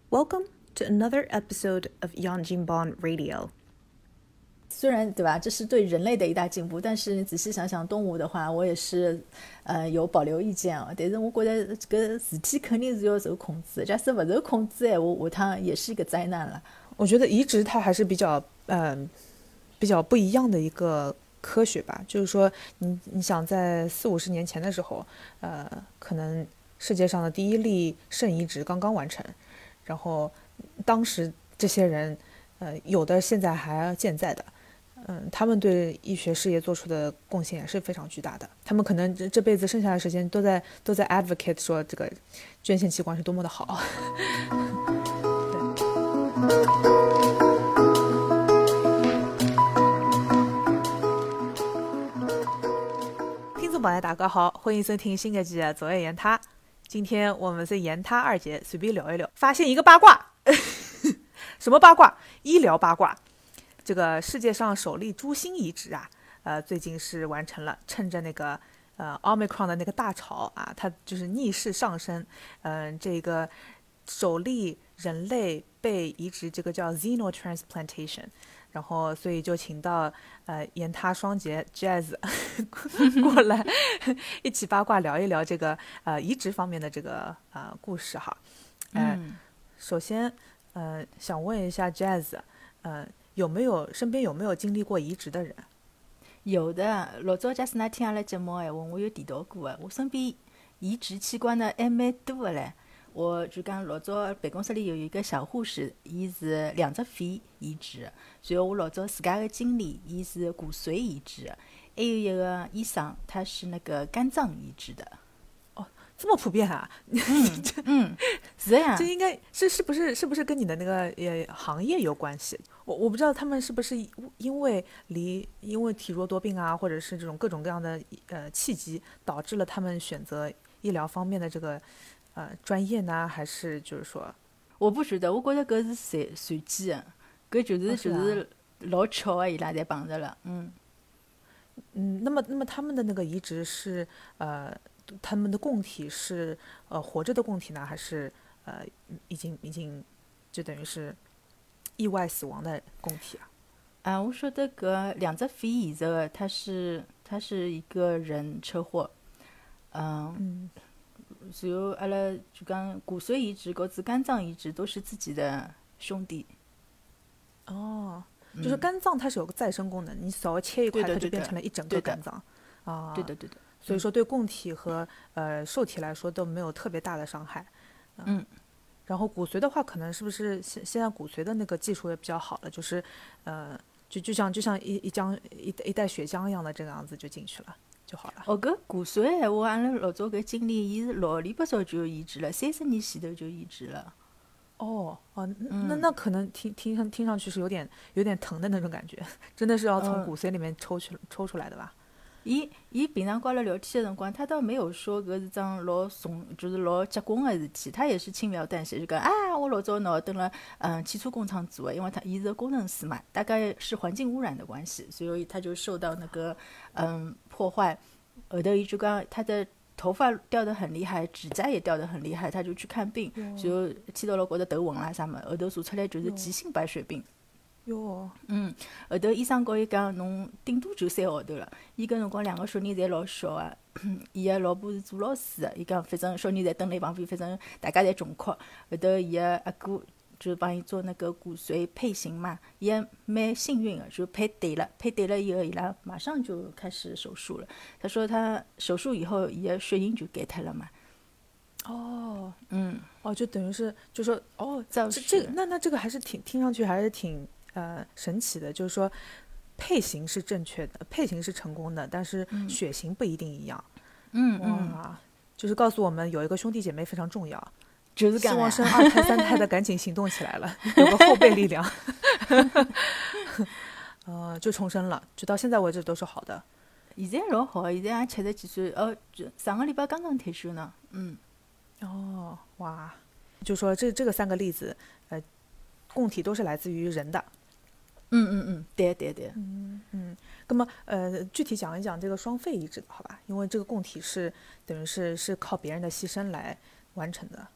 Welcome to another episode of Yanjinban Radio。 虽然对吧，这是对人类的一大进步，但是你仔细想想动物的话，我也是有保留意见哦。但是我觉得这个事体肯定是要受控制的，假使不受控制的话，下趟也是一个灾难了。 我觉得移植它还是比较不一样的一个科学吧，就是说你想在40-50年前的时候，可能世界上的第一例肾移植刚刚完成，然后当时这些人有的现在还健在的，他们对医学事业做出的贡献也是非常巨大的。他们可能这辈子剩下的时间都在 advocate 说这个捐献器官是多么的好。听众朋友大家好，欢迎收听新一期的左右言他。今天我们是言他二姐，随便聊一聊，发现一个八卦。什么八卦？医疗八卦。这个世界上首例猪心移植啊，最近是完成了，趁着那个Omicron 的那个大潮啊，它就是逆势上升。这个首例人类被移植，这个叫 xenotransplantation。然后所以就请到言他双杰 Jazz 过来一起八卦聊一聊这个移植方面的这个故事哈。首先想问一下 Jazz，身边有没有经历过移植的人？ 有的，老早假使㑚听阿拉节目的闲话，我有提到过的，我身边移植器官的还蛮多的嘞。我就讲老早办公室里有一个小护士，伊是2只肺移植，然后我老早自家的经理，伊是骨髓移植，还有一个医生，他是那个肝脏移植的。 哦，这么普遍啊？ 是呀。 这应该是不是跟你的那个行业有关系？我不知道他们是不是因为体弱多病啊，或者是这种各种各样的契机，导致了他们选择医疗方面的这个专业呢，还是就是说？ 我不觉得，我觉得搿是随机的，搿就是老巧的，伊拉侪碰着了。 那么他们的那个移植是他们的供体是活着的供体呢，还是已经就等于是意外死亡的供体啊？ 我说的搿2只肺移植的，它是一个人车祸，然后阿拉就讲骨髓移植和肝脏移植都是自己的兄弟。 哦，就是肝脏它是有个再生功能，你稍微切一块，它就变成了一整个肝脏啊。 对的。 所以说对供体和受体来说都没有特别大的伤害。然后骨髓的话，可能是不是现在骨髓的那个技术也比较好了，就是就像一袋血浆一样的这个样子就进去了就好了。 搿骨髓的闲话，阿拉老早搿经理伊是6里八早就移植了，30年前头就移植了。 那可能听上去是有点疼的那种感觉，真的是要从骨髓里面抽出来的吧？ 伊平常跟阿拉聊天的辰光，他倒没有说搿是桩老就是老结棍的事体，他也是轻描淡写，就讲我老早脑蹲了汽车工厂做的，因为伊是工程师嘛，大概是环境污染的关系，所以他就受到那个破坏。后头伊就讲他的头发掉得很厉害，指甲也掉得很厉害，他就去看病，然后天到了觉得头昏啦啥么，后头查出来就是急性白血病。后头医生告伊讲，侬顶多就3号头了。伊搿辰光2个小人侪老小啊，伊个老婆是做老师的，伊讲反正小人侪蹲辣伊旁边，反正大家侪穷苦。后头伊个阿哥就帮伊做那个骨髓配型嘛，伊还蛮幸运的，就配对了以后，伊拉马上就开始手术了。他说他手术以后，伊个血型就改脱了嘛。 就等于是就说那这个还是听上去还是挺神奇的，就是说配型是正确的，配型是成功的，但是血型不一定一样。就是告诉我们有一个兄弟姐妹非常重要， 就是希望生2胎3胎的赶紧行动起来了，有个后备力量。就重生了，就到现在为止都是好的。 现在老好，现在也70几岁，上个礼拜刚刚退休呢。 哇，就说这个3个例子，供体都是来自于人的。 对。 那么具体讲一讲这个双肺移植的好吧？因为这个供体是等于是靠别人的牺牲来完成的，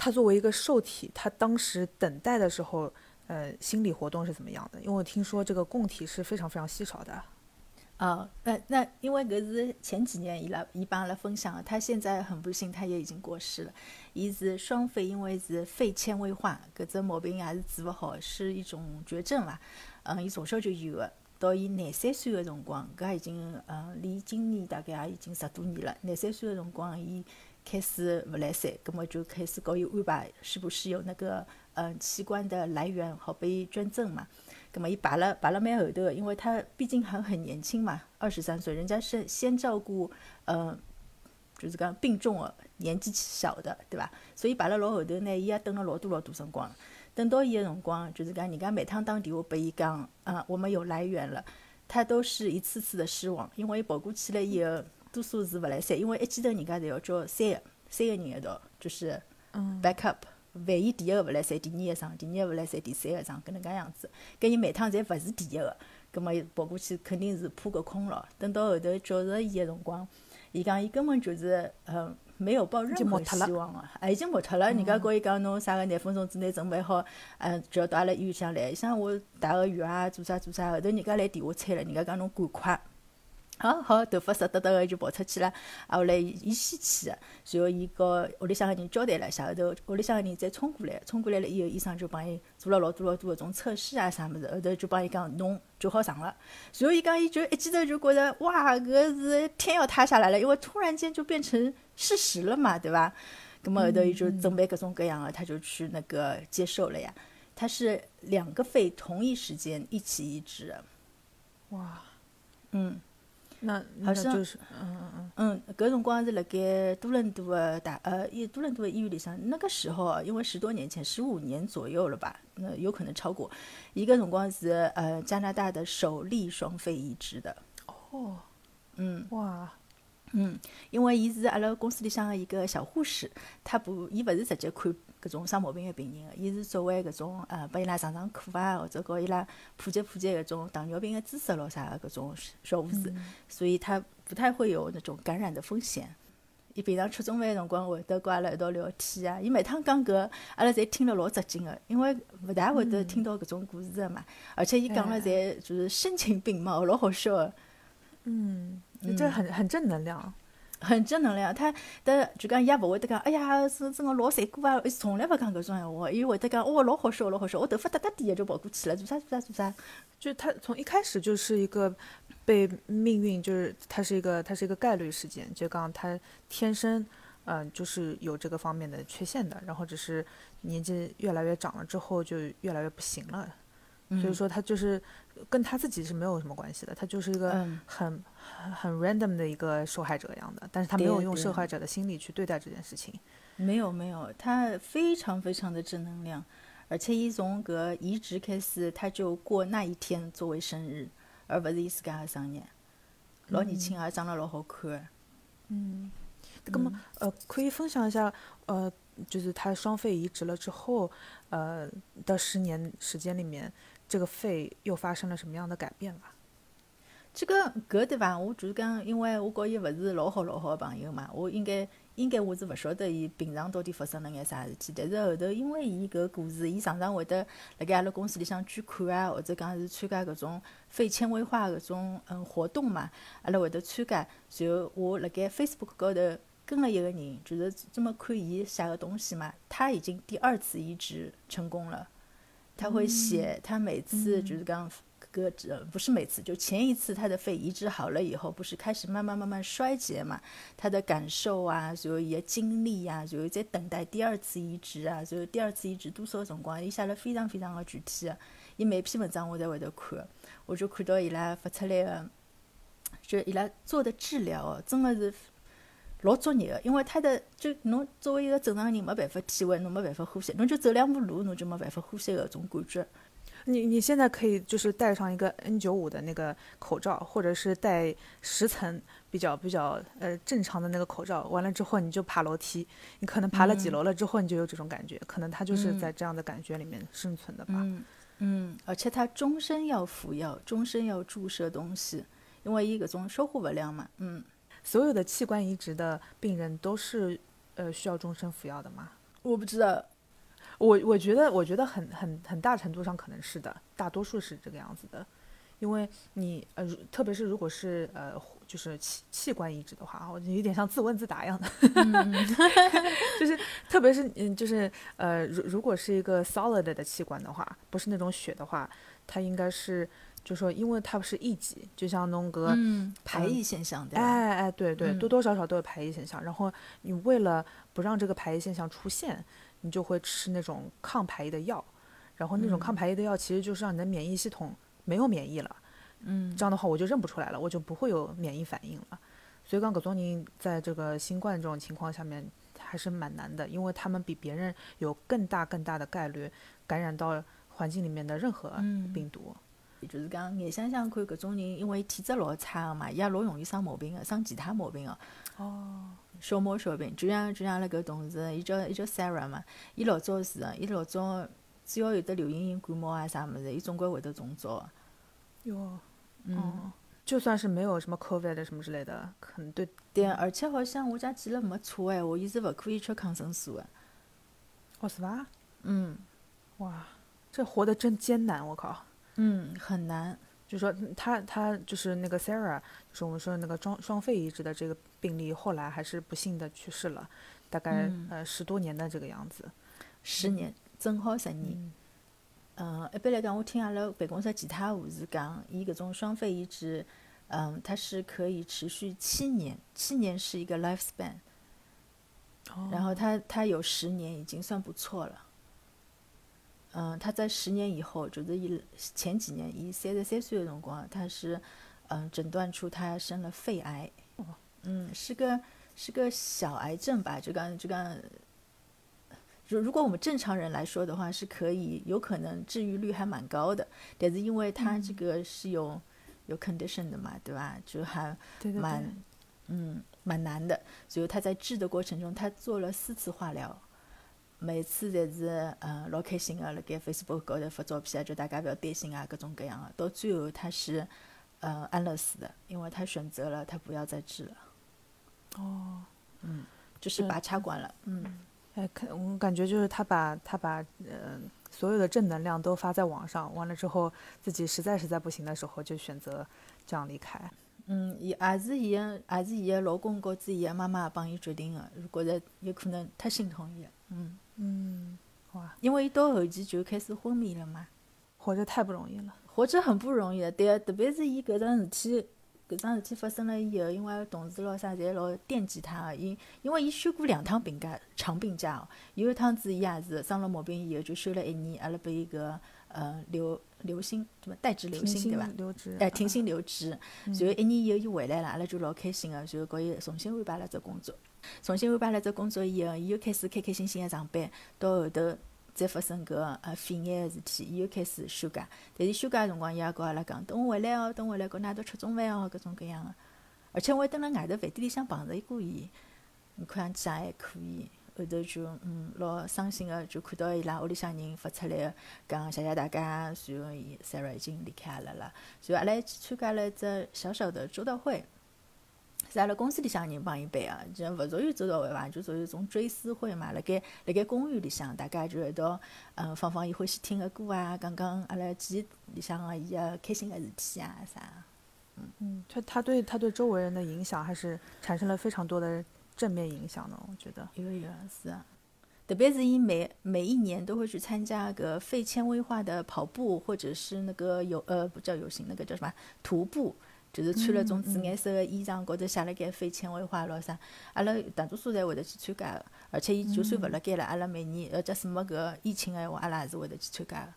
他作为一个受体，他当时等待的时候，心理活动是怎么样的？因为我听说这个供体是非常非常稀少的。 那因为搿是前几年伊帮阿拉分享的，他现在很不幸，他也已经过世了。伊是双肺，因为是肺纤维化，搿只毛病也是治勿好，是一种绝症伐。伊从小就有的，到伊廿3岁的辰光，搿已经离今年大概也已经10多年了。廿3岁的辰光，伊开始勿来三，葛末就开始告伊安排是不是有那个器官的来源，好拨伊捐赠嘛。葛末伊排了蛮后头的，因为他毕竟还很年轻嘛，23岁，人家是先照顾就是讲病重的，年纪小的，对伐？所以排了老后头呢，伊也等了老多辰光。等到伊个辰光，就是讲人家每趟打电话拨伊讲，我们有来源了，他都是一次次的失望，因为伊跑过去了以后，多数是勿来三，因为一记头人家侪要叫三个人一道，就是 backup。万一第一个勿来三，第二个上，第二个勿来三，第三个上，搿能介样子。搿伊每趟侪勿是第一个，葛末伊跑过去肯定是扑个空了。等到后头叫着伊个辰光，伊讲伊根本就是没有抱任何希望个，已经没脱了。人家告伊讲侬啥个廿分钟之内准备好，就要到阿拉医院向来。像我打个药啊，做啥，后头人家来电话催了，人家讲侬赶快。好，头发湿哒哒个就跑出去了。后来伊先去个，然后伊告屋里向个人交代了一下，后头屋里向个人再冲过来了以后，医生就帮伊做了老多搿种测试啊啥物事，后头就帮伊讲侬就好上了。然后伊讲伊就一记头就觉得哇，搿是天要塌下来了，因为突然间就变成事实了嘛，对伐？葛末后头伊就准备各种各样的，他就去那个接受了呀。他是2个肺同一时间一起移植。 哇， 那好像就是搿辰光是辣盖多伦多的多伦多的医院里向，那个时候因为10多年前，15年左右了吧，那有可能超过。伊搿辰光是加拿大的首例双肺移植的。 哇， 因为伊是阿拉公司里向的一个小护士，伊勿是直接看搿种生毛病的病人的，伊是作为搿种拨伊拉上课啊，或者教伊拉普及搿种糖尿病的知识咯啥搿种小护士，所以他不太会有那种感染的风险。伊平常吃中饭的辰光会得跟阿拉一道聊天啊，伊每趟讲搿阿拉侪听了老扎劲的，因为勿大会得听到搿种故事的嘛，而且伊讲了侪就是声情并茂，老好笑的。 这很正能量。 很正能量，但就讲伊也勿会得讲，哎呀，是真个老残酷啊！伊从来勿讲搿种闲话，伊会得讲，老好笑，我头发哒哒地就跑过去了，做啥？ 就他从一开始就是一个被命运，就是他是一个概率事件，就刚他天生就是有这个方面的缺陷的，然后只是年纪越来越长了之后就越来越不行了。所以说他就是跟他自己是没有什么关系的，他就是一个很 random 的一个受害者一样的，但是他没有用受害者的心理去对待这件事情。 没有，他非常非常的正能量，而且伊从搿移植开始，他就过那一天作为生日，而勿是伊自家的生日。老年轻也长得老好看的。 那么可以分享一下就是他双肺移植了之后的10年时间里面，这个肺又发生了什么样的改变吧？ 搿对伐？我就是讲，因为我告伊勿是老好的朋友嘛，我应该我是勿晓得伊平常到底发生了眼啥事体。但是后头因为伊搿故事，伊常常会得辣盖阿拉公司里向捐款啊，或者讲是参加搿种肺纤维化搿种活动嘛，阿拉会得参加。然后我辣盖 Facebook 高头跟了一个人，就是这么看伊写的东西嘛，他已经第2次移植成功了。他会写他每次就是讲不是每次，就前一次他的肺移植好了以后，不是开始慢慢衰竭嘛，他的感受啊，然后伊的经历啊，然后再等待第2次移植啊，然后第2次移植多少辰光，伊写了非常非常的具体的。伊每篇文章我侪会得看，我就看到伊拉发出来的，就伊拉做的治疗真的是老作业的，因为就侬作为一个正常人没办法体会，侬没办法呼吸，侬就走2步路侬就没办法呼吸的搿种感觉。 你现在可以就是戴上一个 N95 的那个口罩，或者是戴10层比较正常的那个口罩，完了之后你就爬楼梯，你可能爬了几楼了之后你就有这种感觉，可能他就是在这样的感觉里面生存的吧。 而且他终身要服药，终身要注射东西，因为伊搿种消化不良嘛。 所有的器官移植的病人都是需要终身服药的吗？ 我不知道。 我觉得很大程度上可能是的，大多数是这个样子的，因为你特别是如果是就是器官移植的话，我有点像自问自答一样的，就是特别是就是如果是一个 solid 的器官的话，不是那种血的话，它应该是就说因为它是异己，就像弄个排异现象对吧？ 哎，对对，多多少少都有排异现象，然后你为了不让这个排异现象出现，你就会吃那种抗排异的药，然后那种抗排异的药其实就是让你的免疫系统没有免疫了，这样的话我就认不出来了，我就不会有免疫反应了。所以讲搿种人在这个新冠这种情况下面还是蛮难的，因为他们比别人有更大的概率感染到环境里面的任何病毒。 就是讲眼想想看，搿种人因为体质老差个嘛，伊也老容易生毛病个，生其他毛病个。小毛小病，就像阿拉搿同事，伊叫 Sarah 嘛，伊老早是个，伊老早只要有得流行性感冒啊啥物事，伊总归会得中招个。 哟，就算是没有什么 COVID 什么之类的，可能对。 对，而且好像我家记了没错闲话，伊是勿可以吃抗生素个。 哦，是吧？哇，这活得真艰难，我靠。 很难。 就说他就是那个 Sarah， 就是我们说的那个双肺移植的这个病例，后来还是不幸的去世了，大概10多年的这个样子。 10年，正好10年。一般来讲，我听阿拉办公室其他护士讲，伊搿种双肺移植，它是可以持续7年，7年是一个 lifespan，然后它有10年已经算不错了。他在10年以后，就是前几年，伊33岁的辰光，他是诊断出他生了肺癌，是个小癌症吧，就讲如果我们正常人来说的话，是可以有可能治愈率还蛮高的，但是因为他这个是有 condition 的嘛，对吧？就还蛮难的，所以他在治的过程中，他做了4次化疗。每次侪是老开心个，辣盖 Facebook 高头发照片啊，就大家不要担心啊，各种各样的。到最后他是安乐死的，因为他选择了他不要再治了。就是拔插管了。 我感觉就是他把所有的正能量都发在网上，完了之后自己实在不行的时候就选择这样离开。 也是伊个老公告知伊个妈妈帮伊决定个，觉着有可能太心痛伊了。 哇， 因为伊到后期就开始昏迷了嘛， 活着太不容易了， 活着很不容易的。对，特别是伊搿桩事体发生了以后，因为同事咯啥侪老惦记他个，因为伊休过2趟长病假哦。有一趟子伊也是生了毛病以后就休了1年，阿拉拨伊搿留心对伐？代职留心对伐？停薪留职。然后1年以后伊回来了，阿拉就老开心个，然后告伊重新安排了只工作。重新安排了只工作以后，伊又开始开心个上班。到后头再发生搿肺癌个事体，伊又开始休假。但是休假个辰光，伊也告阿拉讲，等我回来哦，等我回来跟㑚一道吃中饭哦，各种各样个。而且我还蹲辣外头饭店里向碰着过伊，看上去也还可以。后头就老伤心个，就看到伊拉屋里向人发出来个讲谢谢大家，然后伊 Sarah 已经离开阿拉了。然后阿拉一起参加了一只小小的周到会。是阿拉公司里向人帮伊办个，就勿属于周到会伐，就属于种追思会嘛。辣盖公园里向，大家就一道放伊欢喜听个歌啊，讲阿拉记忆里向个伊个开心个事体啊啥。 他对周围人的影响还是产生了非常多的正面影响的，我觉得。 有是啊，特别是伊每一年都会去参加个肺纤维化的跑步，或者是那个不叫游行，那个叫什么徒步。就是穿了种紫颜色的衣裳，高头写了盖肺纤维化咯啥，阿拉大多数侪会得去参加个。而且伊就算勿辣盖了，阿拉每年假使没搿疫情个闲话，阿拉也是会得去参加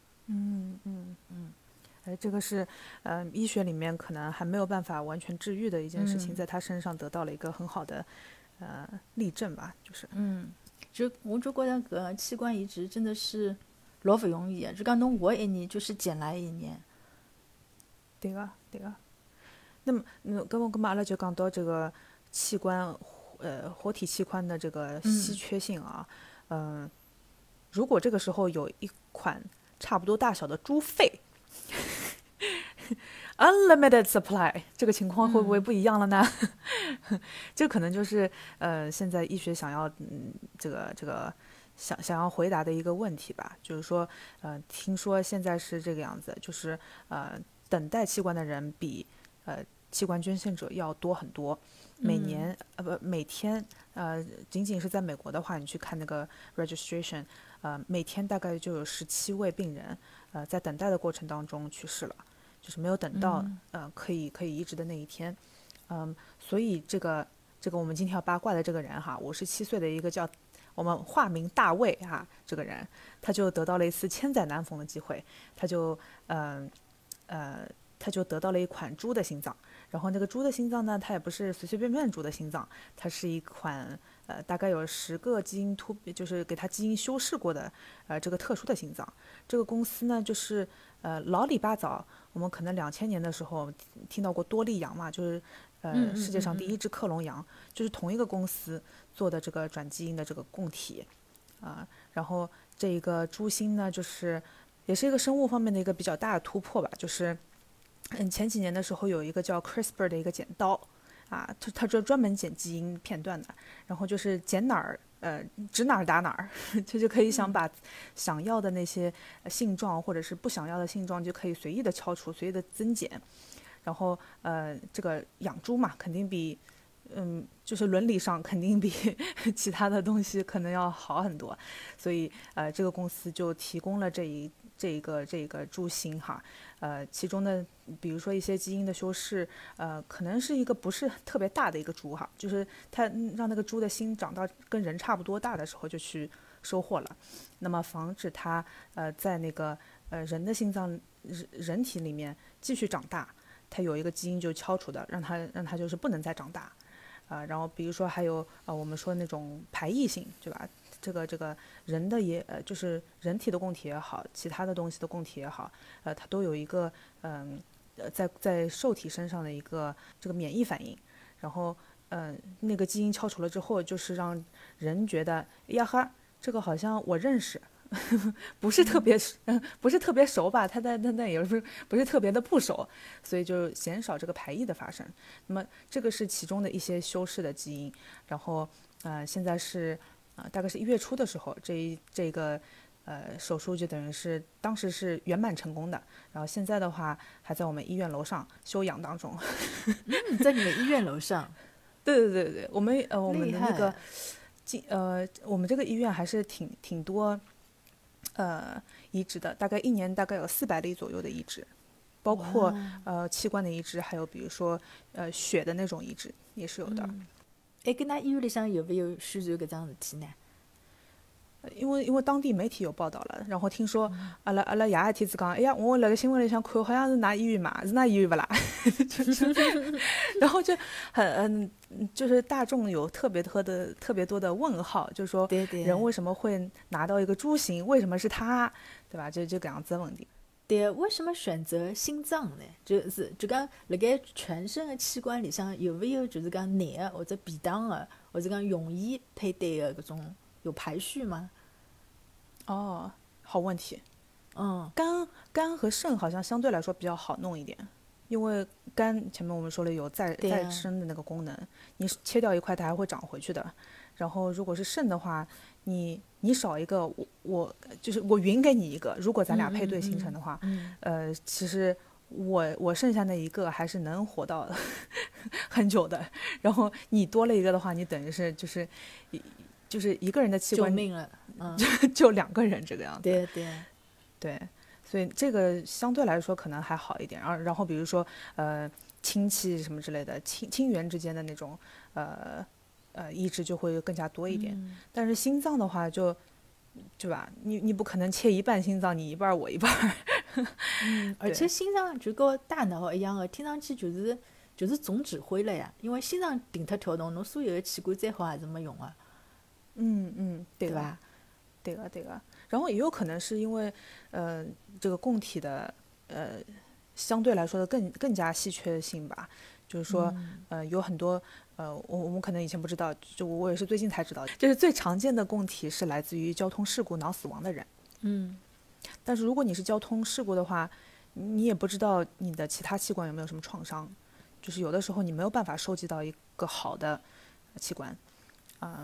个。这个是医学里面可能还没有办法完全治愈的一件事情，在他身上得到了一个很好的例证吧，就是。 我就觉得搿器官移植真的是老勿容易个，就讲侬活1年就是捡来1年。 对个。那么阿拉就讲到这个器官，活体器官的这个稀缺性啊，如果这个时候有一款差不多大小的猪肺，unlimited supply， 这个情况会不会不一样了呢？这可能就是现在医学想要这个想要回答的一个问题吧，就是说，听说现在是这个样子，就是等待器官的人比器官捐献者要多很多，每天仅仅是在美国的话，你去看那个 registration，每天大概就有17位病人在等待的过程当中去世了，就是没有等到可以移植的那一天，所以这个我们今天要八卦的这个人哈，57岁的一个叫我们化名大卫啊，这个人他就得到了一次千载难逢的机会，他就得到了一款猪的心脏，然后那个猪的心脏呢，它也不是随随便便猪的心脏，它是一款大概有10个基因就是给它基因修饰过的这个特殊的心脏。这个公司呢，就是老里八早，我们可能2000年的时候听到过多利羊嘛，就是世界上第一只克隆羊，就是同一个公司做的这个转基因的这个供体然后这个猪心呢，就是也是一个生物方面的一个比较大的突破吧，就是前几年的时候有一个叫 CRISPR 的一个剪刀它就专门剪基因片段的，然后就是剪哪儿指哪儿打哪儿，就可以把想要的那些性状或者是不想要的性状就可以随意的敲除，随意的增减。然后这个养猪嘛，肯定比就是伦理上肯定比其他的东西可能要好很多，所以这个公司就提供了这个猪心哈，其中的比如说一些基因的修饰，可能是一个不是特别大的一个猪哈，就是它让那个猪的心长到跟人差不多大的时候就去收获了，那么防止它在那个人的心脏人体里面继续长大，它有一个基因就敲除的，让它就是不能再长大。然后比如说还有我们说的那种排异性，对吧？这个人的就是人体的供体也好，其他的东西的供体也好，它都有一个在受体身上的一个这个免疫反应。然后那个基因敲除了之后，就是让人觉得呀哈，这个好像我认识。不是特别熟吧，他也不是特别的不熟，所以就减少这个排异的发生。那么这个是其中的一些修饰的基因，然后现在是大概是1月初的时候，这个手术就等于是当时是圆满成功的，然后现在的话还在我们医院楼上休养当中。 在你们医院楼上？ 对，我们的那个我们这个医院还是挺多。移植的，大概1年大概有400例左右的移植，包括器官的移植，还有比如说血的那种移植也是有的。 搿㑚医院里向有没有宣传搿桩事体呢？ 因为当地媒体有报道了，然后听说阿拉爷一天子讲，哎呀，我辣盖新闻里向看，好像是㑚医院嘛，是㑚医院不啦？然后就就是大众有特别多的问号，就是说人为什么会拿到一个猪心，为什么是他，对吧？就搿样子的问题。 对，为什么选择心脏呢？就讲辣盖全身的器官里向有没有就是讲难的或者便当的，或者讲容易配对的搿种有排序吗？ 哦，好问题。肝和肾好像相对来说比较好弄一点，因为肝前面我们说了有再生的那个功能，你切掉一块它还会长回去的。然后如果是肾的话，你少一个，我就是我匀给你一个，如果咱俩配对形成的话，其实我剩下那一个还是能活到很久的。然后你多了一个的话，你等于是就是一个人的器官救命了， 就2个人这个样子。 对， 所以这个相对来说可能还好一点。然后比如说亲戚什么之类的，亲缘之间的那种移植就会更加多一点。但是心脏的话对吧？你不可能切一半心脏，你一半我一半。 而且心脏就跟大脑一样的，听上去就是总指挥了呀。因为心脏停脱跳动，侬所有的器官再好也是没用啊。 对吧？对个。然后也有可能是因为这个供体的相对来说的更加稀缺性吧。就是说有很多我们可能以前不知道，就我也是最近才知道，就是最常见的供体是来自于交通事故脑死亡的人。但是如果你是交通事故的话，你也不知道你的其他器官有没有什么创伤，就是有的时候你没有办法收集到一个好的器官。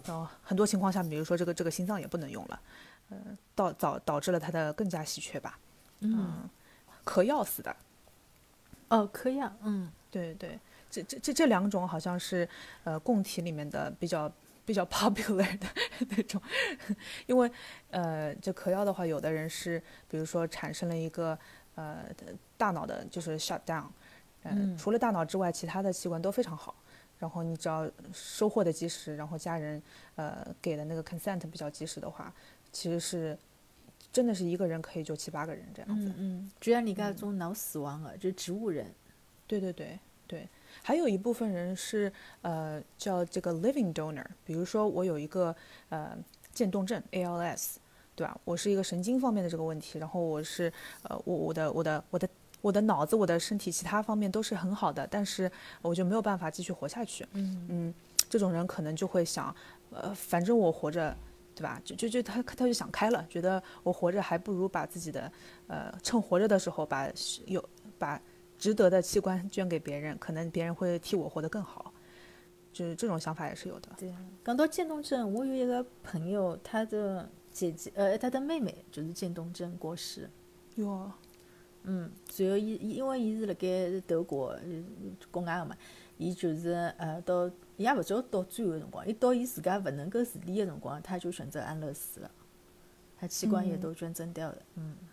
然后很多情况下，比如说这个心脏也不能用了，导致了他的更加稀缺吧。嗑药死的。 哦，嗑药， 对对，这两种好像是供体里面的比较popular 的那种，因为这嗑药的话，有的人是比如说产生了一个大脑的就是 shut down，除了大脑之外，其他的器官都非常好。然后你只要收获的及时，然后家人给的那个 consent 比较及时的话，其实是真的是一个人可以救7、8个人这样子。 主要人家种脑死亡的，就是植物人。 对对对对，还有一部分人是叫这个 living donor， 比如说我有一个渐冻症 ALS， 对吧？我是一个神经方面的这个问题，然后我是我的脑子、我的身体其他方面都是很好的，但是我就没有办法继续活下去。这种人可能就会想，反正我活着，对吧？他就想开了，觉得我活着还不如把自己的趁活着的时候把值得的器官捐给别人，可能别人会替我活得更好。就是这种想法也是有的。 对，讲到渐冻症，我有一个朋友，他的姐姐他的妹妹就是渐冻症过世。 哟。 随后因为伊是辣盖德国国外个嘛，伊就是到伊也勿知道到最后个辰光，伊到伊自家勿能够自理个辰光，他就选择安乐死了，他器官也都捐赠掉了。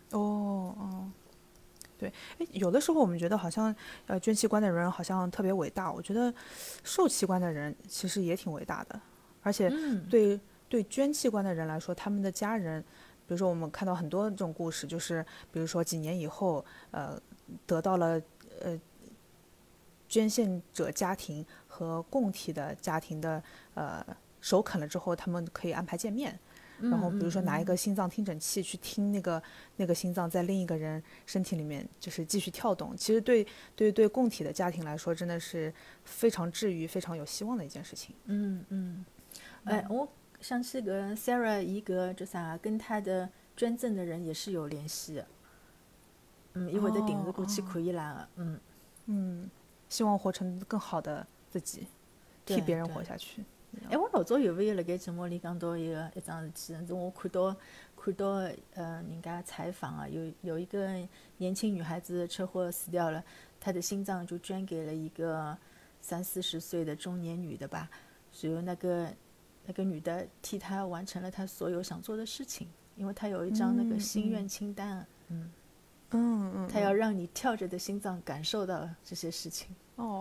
对，有的时候我们觉得好像捐器官的人好像特别伟大，我觉得受器官的人其实也挺伟大的，而且对捐器官的人来说，他们的家人。比如说，我们看到很多这种故事，就是比如说几年以后，得到了捐献者家庭和供体的家庭的首肯了之后，他们可以安排见面。然后比如说拿一个心脏听诊器去听那个心脏在另一个人身体里面就是继续跳动，其实对供体的家庭来说，真的是非常治愈、非常有希望的一件事情。 我想起个 Sarah 伊个叫啥，跟他的捐赠的人也是有联系的。伊会得定时过去看伊拉的。 希望活成更好的自己，替别人活下去。 我老早有勿有辣盖节目里讲到一桩事体，是我看到人家采访啊，有一个年轻女孩子车祸死掉了，她的心脏就捐给了一个30-40岁的中年女的吧，所以那个女的替她完成了她所有想做的事情，因为她有一张那个心愿清单。她要让你跳着的心脏感受到这些事情。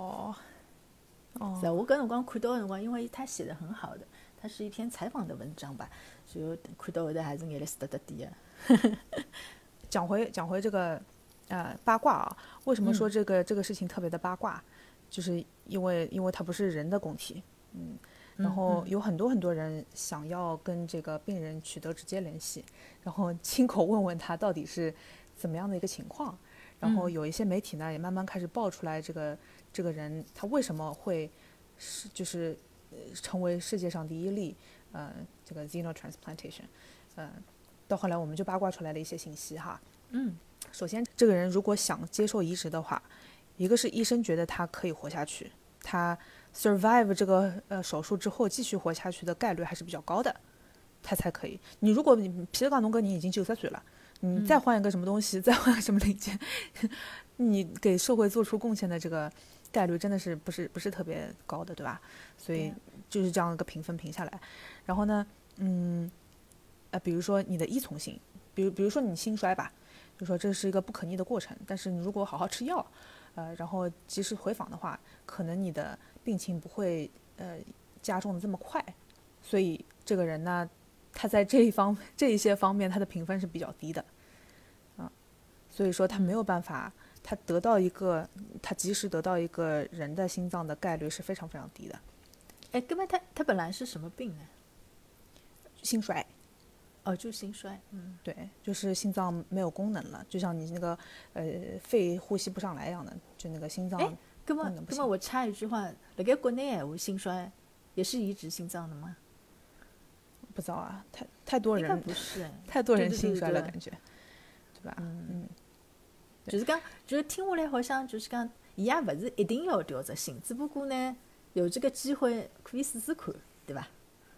是我搿辰光看到的辰光，因为他写的很好的，它是一篇采访的文章吧，所以看到后头还是眼泪湿哒哒滴的。 讲回这个八卦啊，为什么说这个事情特别的八卦？就是因为它不是人的供体，然后有很多人想要跟这个病人取得直接联系，然后亲口问问他到底是怎么样的一个情况，然后有一些媒体呢也慢慢开始爆出来这个人他为什么会就是成为世界上第一例这个 xenotransplantation，到后来我们就八卦出来了一些信息哈。首先这个人如果想接受移植的话，一个是医生觉得他可以活下去，他 survive 这个手术之后继续活下去的概率还是比较高的，他才可以。你如果皮特冈农哥你已经90岁了，你再换一个什么东西，再换个什么零件，你给社会做出贡献的这个概率真的是不是特别高的，对吧？所以就是这样一个评分评下来。然后呢，比如说你的依从性，比如说你心衰吧，就说这是一个不可逆的过程，但是你如果好好吃药，然后及时回访的话，可能你的病情不会加重的这么快。所以这个人呢，他在这一些方面他的评分是比较低的，所以说他没有办法，他及时得到一个人的心脏的概率是非常非常低的。 那么他本来是什么病呢？ 心衰。 就心衰。 对，就是心脏没有功能了，就像你那个肺呼吸不上来一样的，就那个心脏那么我插一句话，辣盖国内我心衰也是移植心脏的吗？ 不知道啊，太多人， 应该不是太多人心衰了，感觉，对吧？ 就是讲，就是听下来好像就是讲，伊也勿是一定要调只心，只不过呢，有这个机会可以试试看，对吧？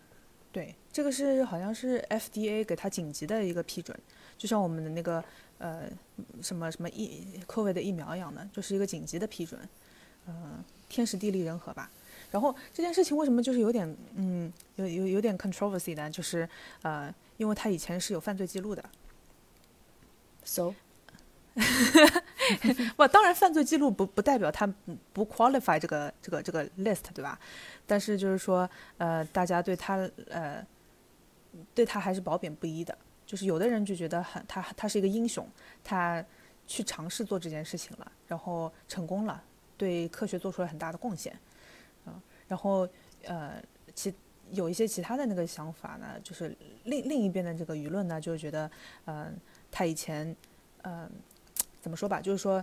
对，这个是好像是 FDA 给他紧急的一个批准，就像我们的那个什么什么COVID 的疫苗一样的，就是一个紧急的批准，天时地利人和吧。然后这件事情为什么就是有点有点 controversy 呢？就是因为他以前是有犯罪记录的。 So， 不，当然犯罪记录不代表他不 qualify 这个 list， 对吧？但是就是说大家对他还是褒贬不一的。就是有的人就觉得他是一个英雄，他去尝试做这件事情了，然后成功了，对科学做出了很大的贡献。然后有一些其他的那个想法呢，就是另一边的这个舆论呢，就觉得他以前怎么说吧，就是说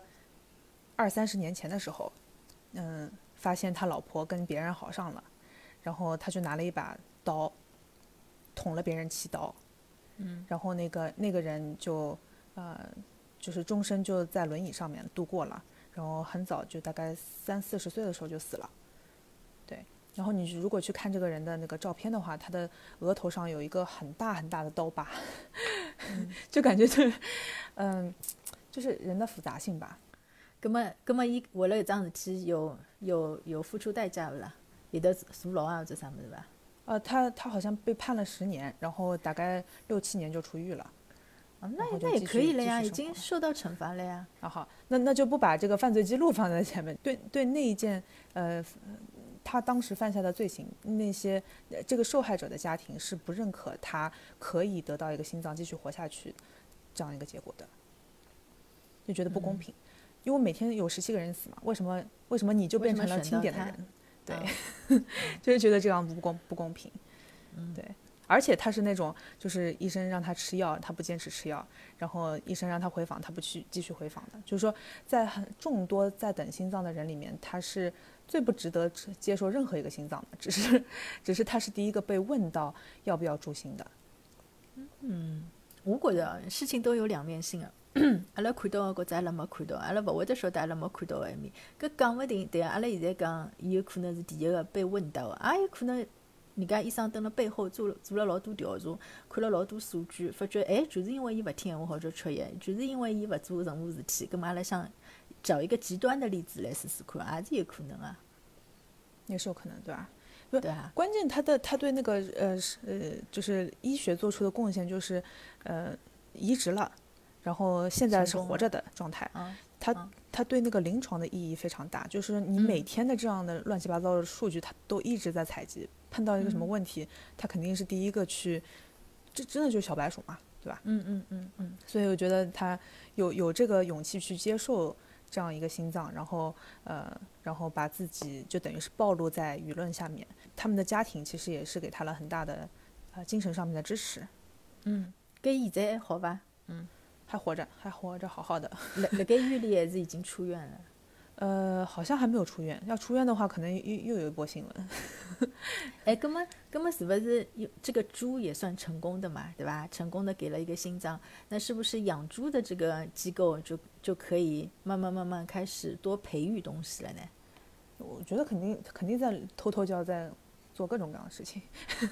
20-30年前的时候，发现他老婆跟别人好上了，然后他就拿了一把刀捅了别人7刀，然后那个人就是终身就在轮椅上面度过了，然后很早就大概30-40岁的时候就死了。对，然后你如果去看这个人的那个照片的话，他的额头上有一个很大很大的刀疤，就感觉就是人的复杂性吧。 葛么伊为了一桩事体有付出代价勿啦？有的坐牢啊或者啥物事伐？ 他好像被判了10年，然后大概6-7年就出狱了。 那也可以了呀，已经受到惩罚了呀。 好，那就不把这个犯罪记录放在前面。对那一件他当时犯下的罪行，那些这个受害者的家庭是不认可他可以得到一个心脏继续活下去这样一个结果的，就觉得不公平。因为每天有17个人死嘛，为什么你就变成了清点的人？对，就是觉得这样不公平。对，而且他是那种就是医生让他吃药，他不坚持吃药，然后医生让他回访，他不去继续回访的。就是说，在众多在等心脏的人里面，他是最不值得接受任何一个心脏的，只是他是第一个被问到要不要助心的。 我觉着事情都有两面性的。阿拉看到的，觉着阿拉没看到，阿拉勿会得晓得阿拉没看到的一面。搿讲勿定，对阿拉现在讲，伊有可能是第一个被问到的，也有可能人家医生蹲辣背后做了老多调查，看了老多数据，发觉就是因为伊勿听闲话或者缺药，就是因为伊勿做任何事体。葛末阿拉想找一个极端的例子来试试看，也是有可能啊， 也是有可能，对吧？ 对啊。关键他对那个就是医学做出的贡献就是移植了。然后现在是活着的状态，它对那个临床的意义非常大，就是你每天的这样的乱七八糟的数据，它都一直在采集，碰到一个什么问题，它肯定是第一个去，这真的就是小白鼠嘛，对吧？所以我觉得他有这个勇气去接受这样一个心脏，然后把自己就等于是暴露在舆论下面，他们的家庭其实也是给他了很大的精神上面的支持。 搿现在还好伐？ 还活着好好的。 辣盖医院里还是已经出院了？好像还没有出院。要出院的话，可能又有一波新闻。 葛么是不是这个猪也算成功的嘛？对吧？成功的给了一个心脏，那是不是养猪的这个机构就可以慢慢开始多培育东西了呢？ 我觉得肯定在偷就要在做各种各样的事情。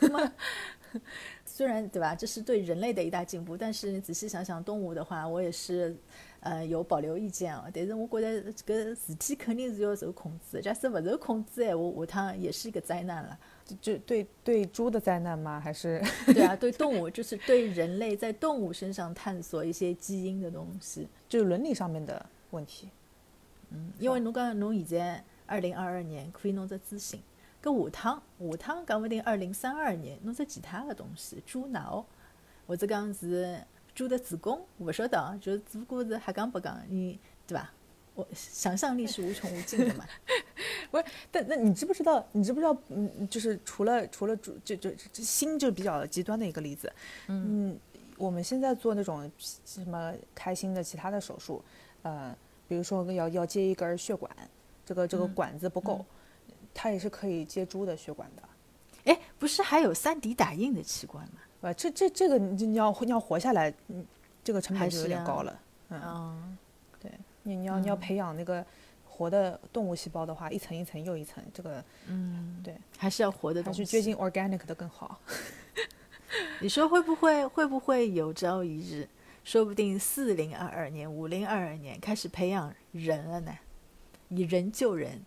虽然对吧，这是对人类的一大进步，但是仔细想想动物的话，我也是有保留意见哦。但是我觉得这个事体肯定是要受控制的，假使不受控制的话，下趟也是一个灾难了。 就对猪的灾难吗？还是对啊，对动物，就是对人类在动物身上探索一些基因的东西， 就是伦理上面的问题。 因为侬讲侬现在2022年可以弄只猪心。搿下趟讲勿定2032年弄只其他的东西，猪脑或者讲是猪的子宫，我不晓得啊，就是只不过是瞎讲白讲，你对吧？我想象力是无穷无尽的嘛。 不是，那你知不知道？就是除了猪，就心就比较极端的一个例子。我们现在做那种什么开心的其他的手术，比如说要接一根血管，这个管子不够。它也是可以接猪的血管的。 不是还有3D 打印的器官吗？ 这个你要活下来，这个成本就有点高了。对，你要培养那个活的动物细胞的话，一层一层又一层，这个对， 还是要活的东西， 还是接近 organic 的更好。 你说会不会有朝一日，说不定4022年、5022年开始培养人了呢？以人救人，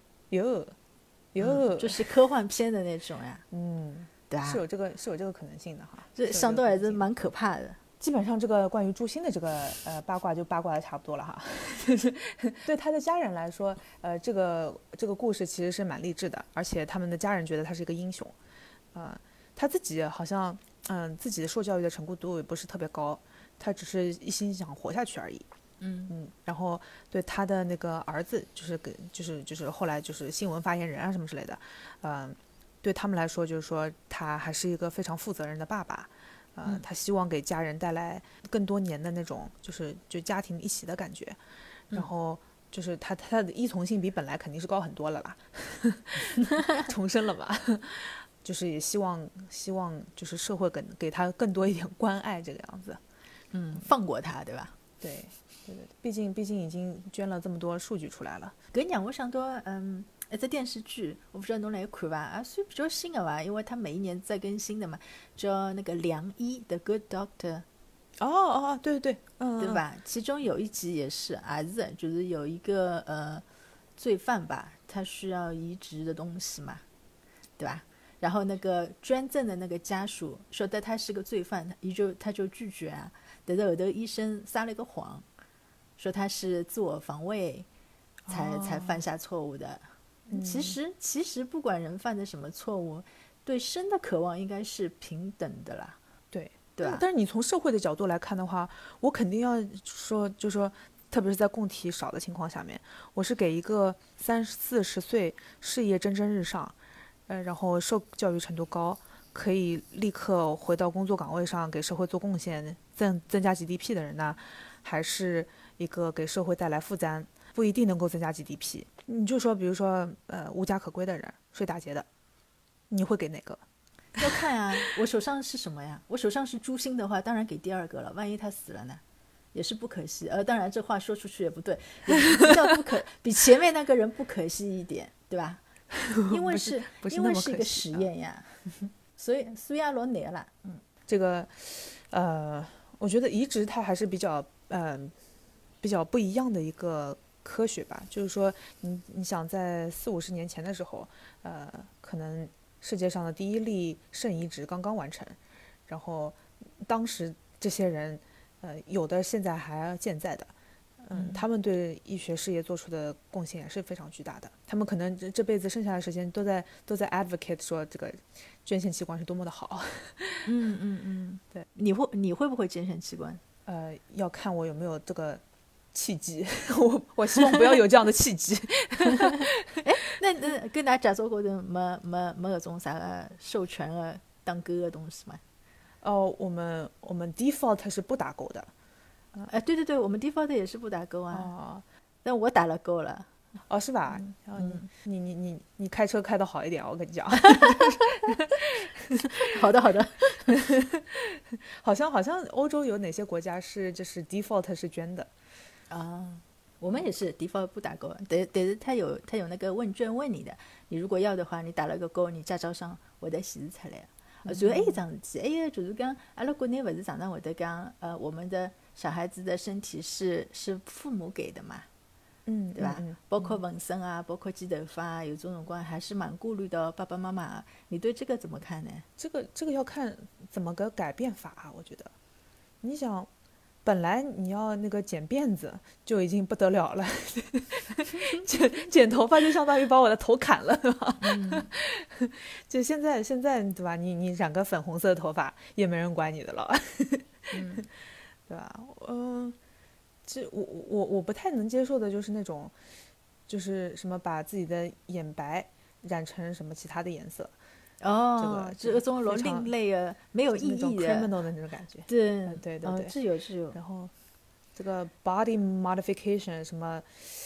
就是科幻片的那种呀，对吧？ 是有这个可能性的哈。 这想到还是蛮可怕的。 基本上这个关于祝星的这个八卦就八卦的差不多了哈。对他的家人来说，这个故事其实是蛮励志的，而且他们的家人觉得他是一个英雄。他自己好像自己的受教育的程度也不是特别高，他只是一心想活下去而已。然后对他的那个儿子，就是后来就是新闻发言人啊什么之类的，对他们来说就是说他还是一个非常负责任的爸爸。他希望给家人带来更多年的那种就家庭一起的感觉，然后就是他的依从性比本来肯定是高很多了啦，重生了嘛，就是也希望就是社会给他更多一点关爱这个样子， 放过他，对吧？ 对，毕竟已经捐了这么多数据出来了。 搿让我想到一只电视剧，我不知道侬来看伐？算比较新的伐，因为它每一年在更新的嘛，叫那个良医 The Good Doctor。 对， 对吧？其中有一集也是就是有一个罪犯吧，他需要移植的东西嘛，对吧？然后那个捐赠的那个家属说的他是个罪犯，他就拒绝啊。但是后头医生撒了个谎，说他是自我防卫才犯下错误的。其实不管人犯的什么错误，对生的渴望应该是平等的啦。对吧？ 但是你从社会的角度来看的话，我肯定要说，就说特别是在供体少的情况下面，我是给一个30-40岁事业蒸蒸日上，然后受教育程度高，可以立刻回到工作岗位上给社会做贡献，增加 GDP 的人呢，还是一个给社会带来负担，不一定能够增加 GDP。你就说，比如说无家可归的人，睡大街的，你会给哪个？ 要看啊，我手上是什么呀？我手上是朱星的话，当然给第二个了。万一他死了呢，也是不可惜。当然这话说出去也不对，比较不可，比前面那个人不可惜一点，对吧？因为是因为是一个实验呀，所以也老难了。 这个我觉得移植它还是比较不一样的一个科学吧。就是说，你想在40-50年前的时候，可能世界上的第一例肾移植刚刚完成，然后当时这些人，有的现在还健在的，他们对医学事业做出的贡献也是非常巨大的。他们可能这辈子剩下的时间都在 advocate 说这个捐献器官是多么的好。 对，你会不会捐献器官？ 要看我有没有这个契机，我希望不要有这样的契机。 那跟大家介绍高头没搿种啥个授权的打勾的东西吗？ 我们 default 是不打勾的。 对，我们 default 也是不打勾啊。但我打了勾了。 是吧？然后你开车开得好一点，我跟你讲。 好的。 好像欧洲有哪些国家是就是 default 是捐的啊？我们也是 default 不打勾，但是他有那个问卷问你的，你如果要的话，你打了个勾，你驾照上会得显示出来。然后还有一桩事体，还有就是讲，阿拉国内不是常常会得讲，我们的小孩子的身体是父母给的嘛，对吧？包括纹身啊，包括剪头发啊，有种辰光还是蛮顾虑到爸爸妈妈。你对这个怎么看呢？ 这个要看怎么个改变法啊，我觉得。你想，本来你要那个剪辫子就已经不得了了，剪头发就相当于把我的头砍了，对吧？就现在对吧？你染个粉红色的头发也没人管你的了，对吧？这我不太能接受的就是那种，就是什么把自己的眼白染成什么其他的颜色。 这种老另类的没有意义的 criminal 的那种感觉。对， 是有。 然后这个 body modification 什么，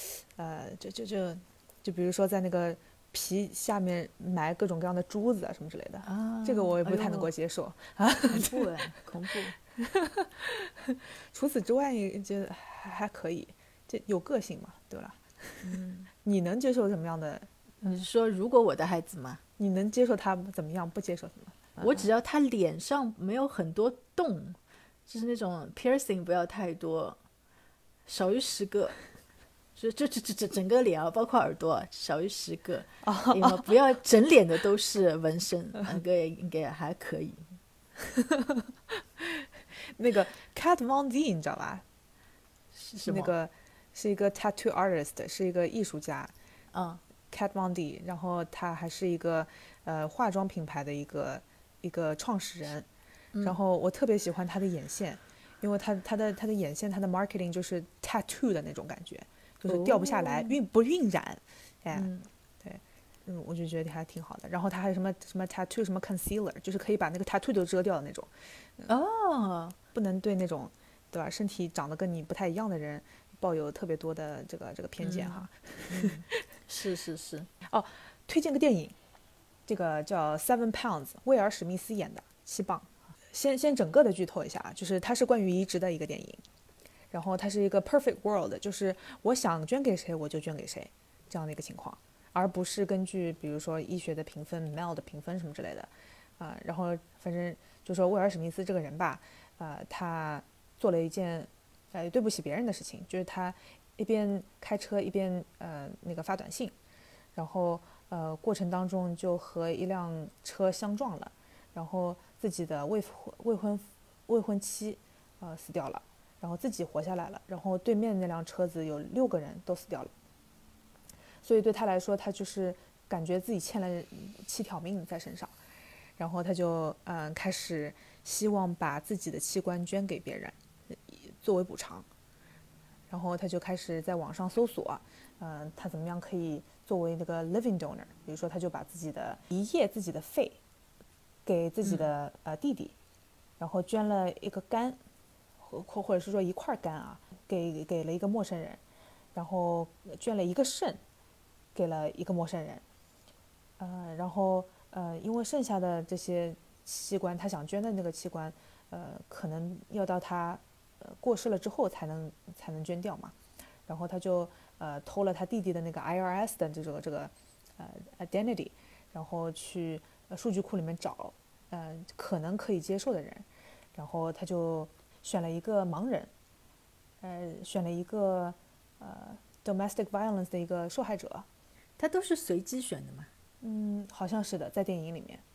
就比如说在那个皮下面埋各种各样的珠子啊什么之类的，这个我也不太能够接受。 恐怖。 除此之外，就还可以，这有个性嘛，对吧？你能接受什么样的？ 你是说如果我的孩子吗？ 你能接受他怎么样，不接受什么？ 我只要他脸上没有很多洞，就是那种 piercing 不要太多，少于10个，这整个脸啊，包括耳朵少于10个，因为不要整脸的都是纹身，那个应该还可以。 那个 Kat Von D 你知道吧？ 是那个是一个 tattoo artist， 是一个艺术家。Kat Von D， 然后他还是一个化妆品牌的一个创始人。然后我特别喜欢他的眼线，因为他的眼线，他的 marketing 就是 tattoo 的那种感觉，就是掉不下来，不晕染。对，我就觉得还挺好的。然后他还有什么 tattoo 什么 concealer， 就是可以把那个 tattoo 都遮掉的那种。不能对那种对吧身体长得跟你不太一样的人抱有特别多的这个偏见哈。 是推荐个电影，这个叫 Seven Pounds， 威尔史密斯演的7磅。先整个的剧透一下啊，就是它是关于移植的一个电影，然后它是一个 perfect world， 就是我想捐给谁我就捐给谁这样的一个情况，而不是根据比如说医学的评分 Mel 的评分什么之类的然后反正就说威尔史密斯这个人吧，他做了一件对不起别人的事情，就是他一边开车一边那个发短信，然后过程当中就和一辆车相撞了，然后自己的未婚妻死掉了，然后自己活下来了，然后对面那辆车子有6个人都死掉了，所以对他来说他就是感觉自己欠了7条命在身上，然后他就开始希望把自己的器官捐给别人作为补偿，然后他就开始在网上搜索他怎么样可以作为那个 living donor， 比如说他就把自己的一页自己的肺给自己的弟弟，然后捐了一个肝或者是说一块肝啊给了一个陌生人，然后捐了一个肾给了一个陌生人，然后因为剩下的这些器官他想捐的那个器官可能要到他过世了之后才能捐掉嘛，然后他就偷了他弟弟的那个 IRS 的这个identity， 然后去数据库里面找可能可以接受的人，然后他就选了一个盲人，选了一个domestic violence 的一个受害者。 他都是随机选的嘛？ 好像是的，在电影里面。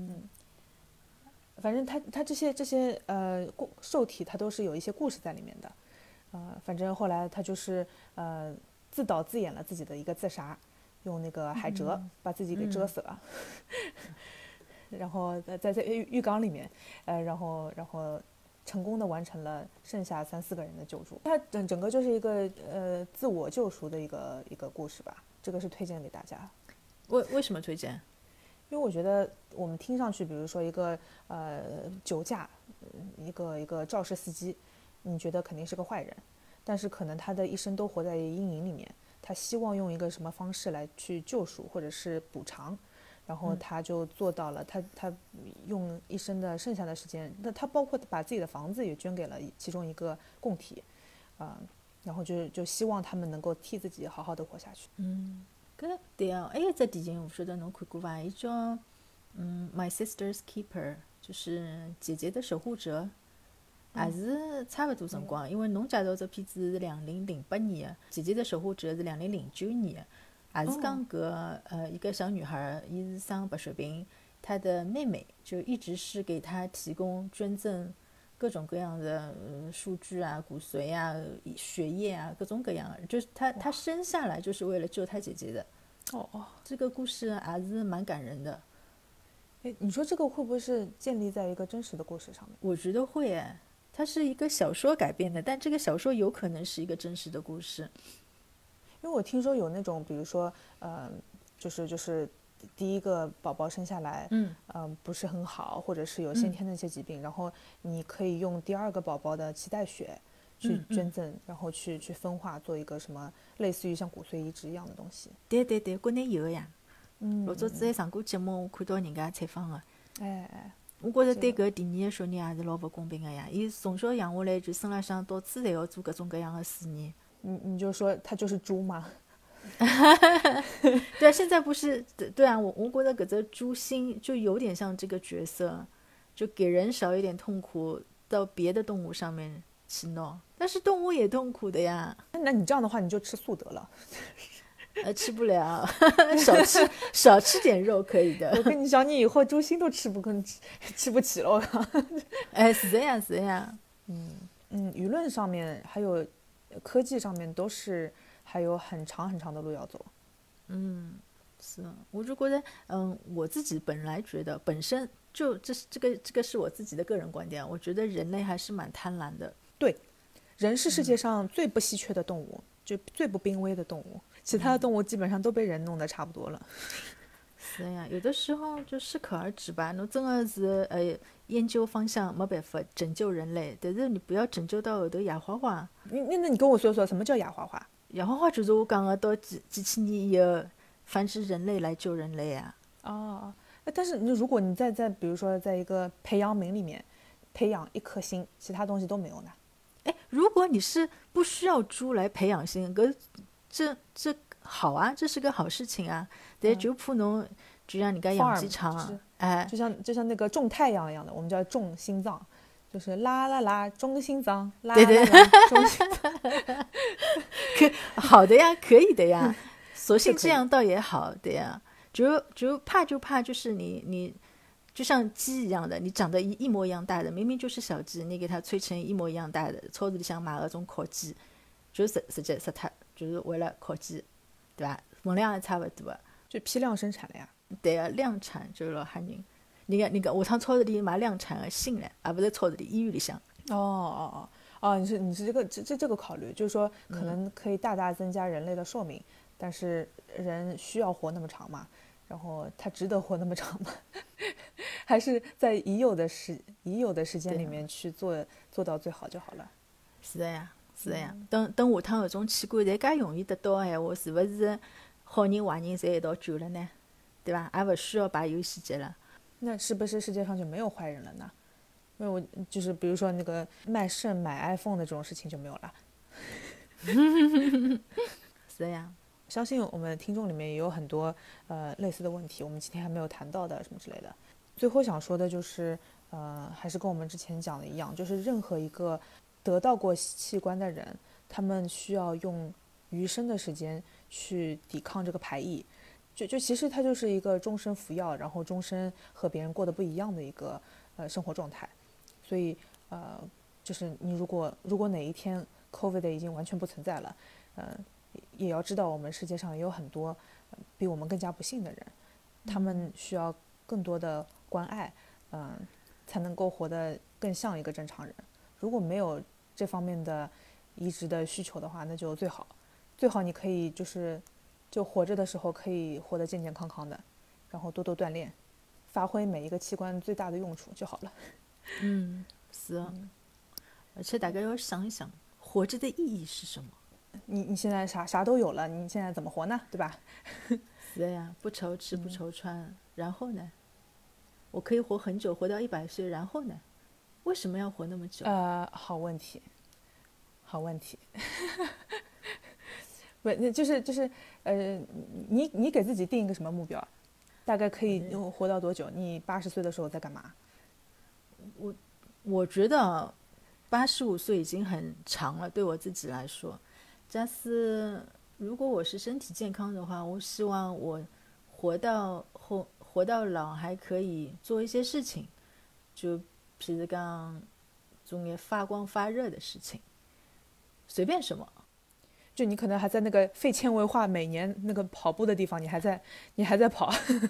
反正他这些受体他都是有一些故事在里面的。反正后来他就是自导自演了自己的一个自杀，用那个海蜇把自己给蛰死了。然后在浴缸里面然后成功的完成了剩下3-4个人的救助。它整个就是一个自我救赎的一个故事吧，这个是推荐给大家。 为什么推荐？ 因为我觉得我们听上去比如说一个酒驾一个肇事司机，你觉得肯定是个坏人，但是可能他的一生都活在阴影里面，他希望用一个什么方式来去救赎或者是补偿，然后他就做到了。他用一生的剩下的时间，那他包括把自己的房子也捐给了其中一个共体然后就希望他们能够替自己好好的活下去。 搿对啊，还有一只电影，我不晓得侬看过伐？伊叫My Sister's Keeper， 就是姐姐的守护者，也是差不多辰光。因为侬介绍这片子是2008年的，姐姐的守护者是2009年的，也是讲搿一个小女孩，伊是生白血病，她的妹妹就一直是给她提供捐赠各种各样的数据啊、骨髓啊、血液啊，各种各样的，就是她生下来就是为了救她姐姐的。这个故事还是蛮感人的。 你说这个会不会是建立在一个真实的故事上面？ 我觉得会诶，它是一个小说改编的，但这个小说有可能是一个真实的故事。 因为我听说有那种，比如说就是第一个宝宝生下来不是很好，或者是有先天的一些疾病，然后你可以用第2个宝宝的脐带血去捐赠，然后去分化做一个什么类似于像骨髓移植一样的东西。 对，国内有呀。老早子还上过节目，我看到人家采访的。我觉着对搿第2个小人也是老勿公平的呀。伊从小养下来就身浪向到处侪要做各种各样的试验。 你就说他就是猪吗？ 对啊，现在不是对啊，我觉得搿只猪心就有点像这个角色，就给人少一点痛苦，到别的动物上面去闹，但是动物也痛苦的呀。 那你这样的话，你就吃素得了。 吃不了，少吃点肉可以的。 我跟你讲，你以后猪心都吃不起了，我靠。 哎，是这样，是这样。 舆论上面还有科技上面都是还有很长很长的路要走。 是，我就觉得，我自己本来觉得本身就这个是我自己的个人观点，我觉得人类还是蛮贪婪的。 对，人是世界上最不稀缺的动物，就最不濒危的动物，其他的动物基本上都被人弄得差不多了。 是呀，有的时候就适可而止吧。侬真的是研究方向没办法拯救人类，但是你不要拯救到后头哑花花。 那你跟我说说什么叫哑花花？ 哑花花就是我讲的，到几千年以后繁殖人类来救人类啊。 哦，但是如果你在比如说在一个培养皿里面培养一颗心，其他东西都没有呢？ 哎，如果你是不需要猪来培养心，这好啊，这是个好事情啊。但就怕侬就像人家养鸡场，哎， 就像那个种太阳一样的，我们叫种心脏，就是啦啦啦种心脏，啦对对啦啦种心脏。 好的呀，可以的呀，索性这样倒也好的呀。就怕就是你就像鸡一样的，你长得一模一样大的，明明就是小鸡，你给它催成一模一样大的，超市里向买那种烤鸡，就直接杀它，就是为了烤鸡，对吧？分量也差不多， 就批量生产了呀。 对啊，量产就是老吓人。那个，下趟超市里买量产的心嘞，而不是超市里医院里向。 你是这个考虑，就是说可能可以大大增加人类的寿命，但是人需要活那么长嘛？然后他值得活那么长吗？还是在已有的时间里面去做到最好就好了？ 是的呀，是的呀。等下趟搿种器官侪介容易得到的闲话，是勿是好人坏人侪一道救了呢？对吧？也勿需要排忧细节了。 那是不是世界上就没有坏人了呢？因为我就是比如说那个卖肾买 iPhone 的这种事情就没有了。 是的呀。 相信我们听众里面也有很多类似的问题，我们今天还没有谈到的什么之类的。最后想说的就是还是跟我们之前讲的一样，就是任何一个得到过器官的人，他们需要用余生的时间去抵抗这个排异，就其实它就是一个终身服药，然后终身和别人过得不一样的一个生活状态。所以就是你如果哪一天 COVID 已经完全不存在了，也要知道我们世界上也有很多比我们更加不幸的人，他们需要更多的关爱，才能够活得更像一个正常人。如果没有这方面的移植的需求的话，那就最好你可以就活着的时候可以活得健健康康的，然后多多锻炼，发挥每一个器官最大的用处就好了。 是啊。而且大家要想一想，活着的意义是什么？ 你现在啥都有了，你现在怎么活呢？对吧？ 是的呀，不愁吃不愁穿，然后呢？我可以活很久，活到100岁，然后呢？为什么要活那么久？ 好问题。不，那就是你给自己定一个什么目标？大概可以活到多久？你80岁的时候在干嘛？ 我觉得85岁已经很长了，对我自己来说。假使如果我是身体健康的话，我希望我活到老还可以做一些事情，就譬如讲做点发光发热的事情，随便什么。 就你可能还在那个肺纤维化每年那个跑步的地方，你还在跑。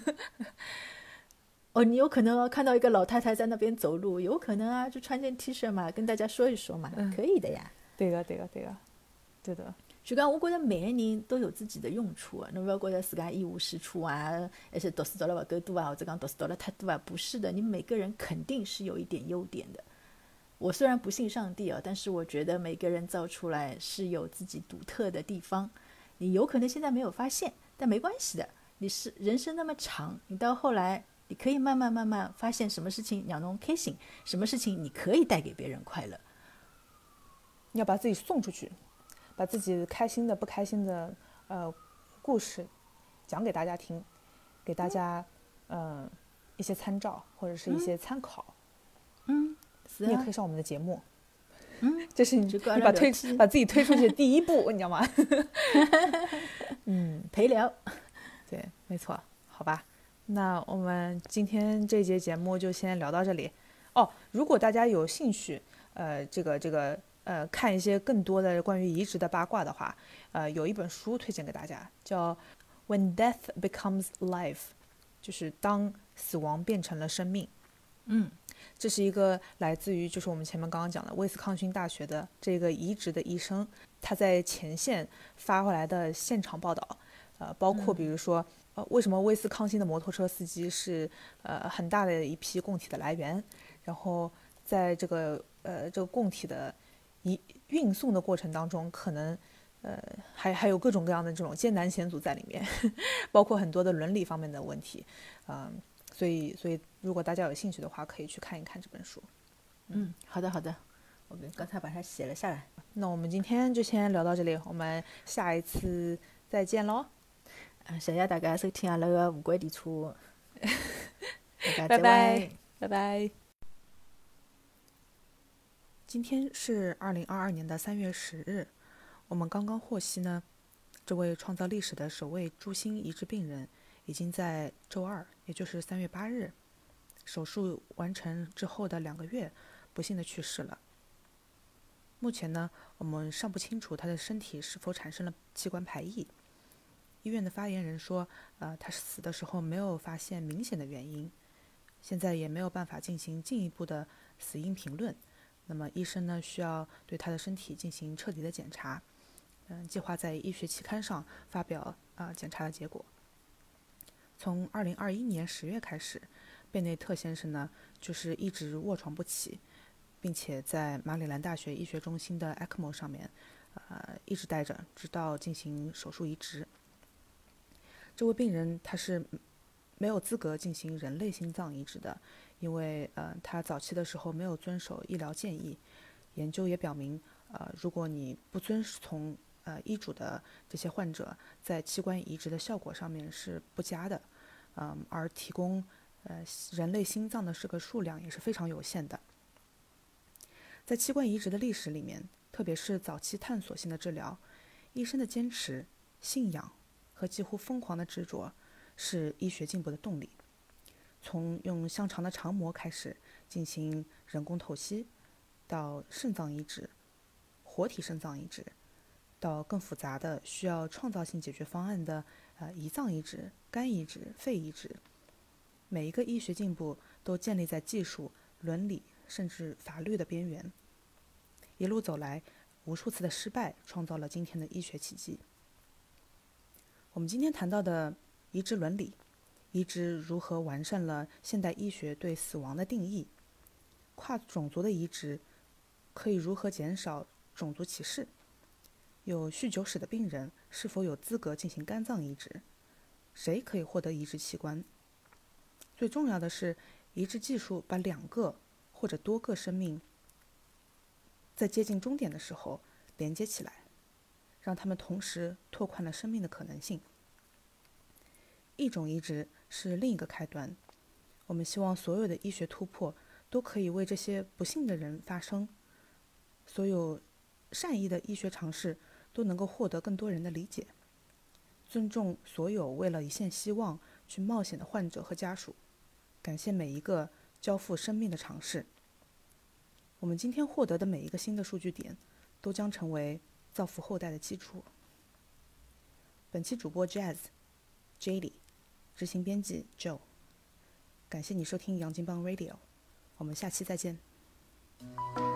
哦，你有可能看到一个老太太在那边走路，有可能啊，就穿件 T 恤嘛，跟大家说一说嘛，可以的呀。 对的。 就讲我觉得每个人都有自己的用处啊，侬不要觉得自家一无是处啊，而且读书读了不够多啊，或者讲读书读了太多啊，不是的，你每个人肯定是有一点优点的。我虽然不信上帝啊，但是我觉得每个人造出来是有自己独特的地方，你有可能现在没有发现，但没关系的，你是人生那么长，你到后来你可以慢慢发现什么事情让侬开心，什么事情你可以带给别人快乐。 你要把自己送出去，把自己开心的不开心的故事讲给大家听，给大家一些参照或者是一些参考。 是啊你也可以，上我们的节目。 这是你就跟阿拉把聊天把自己推出去的第一步，你知道吗？ 陪聊。 对，没错，好吧。那我们今天这节节目就先聊到这里。哦，如果大家有兴趣，看一些更多的关于移植的八卦的话，有一本书推荐给大家，叫《When Death Becomes Life》，就是当死亡变成了生命。这是一个来自于就是我们前面刚刚讲的威斯康星大学的这个移植的医生，他在前线发回来的现场报道，包括比如说为什么威斯康星的摩托车司机是很大的一批供体的来源，然后在这个供体的运送的过程当中，可能还有各种各样的这种艰难险阻在里面，包括很多的伦理方面的问题，所以如果大家有兴趣的话，可以去看一看这本书。 好的，我刚才把它写了下来。 那我们今天就先聊到这里，我们下一次再见喽。 谢谢大家收听阿拉个无轨电车，大家拜再拜会。 拜拜。今天是2022年的3月10日，我们刚刚获悉呢，这位创造历史的首位猪心移植病人已经在周二，也就是3月8日，手术完成之后的2个月，不幸的去世了。目前呢，我们尚不清楚他的身体是否产生了器官排异。医院的发言人说，他死的时候没有发现明显的原因，现在也没有办法进行进一步的死因评论。那么医生呢，需要对他的身体进行彻底的检查，计划在医学期刊上发表检查的结果。从2021年10月开始，贝内特先生呢就是一直卧床不起，并且在马里兰大学医学中心的 ECMO 上面一直待着，直到进行手术移植。这位病人他是没有资格进行人类心脏移植的，因为他早期的时候没有遵守医疗建议。研究也表明，如果你不遵从医嘱的这些患者，在器官移植的效果上面是不佳的，而提供人类心脏的这个数量也是非常有限的。在器官移植的历史里面，特别是早期探索性的治疗，医生的坚持、信仰和几乎疯狂的执着是医学进步的动力。从用香肠的肠膜开始进行人工透析，到肾脏移植、活体肾脏移植，到更复杂的需要创造性解决方案的胰脏移植、肝移植、肺移植，每一个医学进步都建立在技术、伦理甚至法律的边缘。一路走来，无数次的失败创造了今天的医学奇迹。我们今天谈到的移植伦理，移植如何完善了现代医学对死亡的定义，跨种族的移植可以如何减少种族歧视，有酗酒史的病人是否有资格进行肝脏移植，谁可以获得移植器官。最重要的是，移植技术把2个或者多个生命在接近终点的时候连接起来，让他们同时拓宽了生命的可能性。一种移植是另一个开端，我们希望所有的医学突破都可以为这些不幸的人发声，所有善意的医学尝试都能够获得更多人的理解，尊重所有为了一线希望去冒险的患者和家属，感谢每一个交付生命的尝试。我们今天获得的每一个新的数据点都将成为造福后代的基础。本期主播 Jazz、Jady， 执行编辑 Joe， 感谢你收听杨金帮 Radio， 我们下期再见。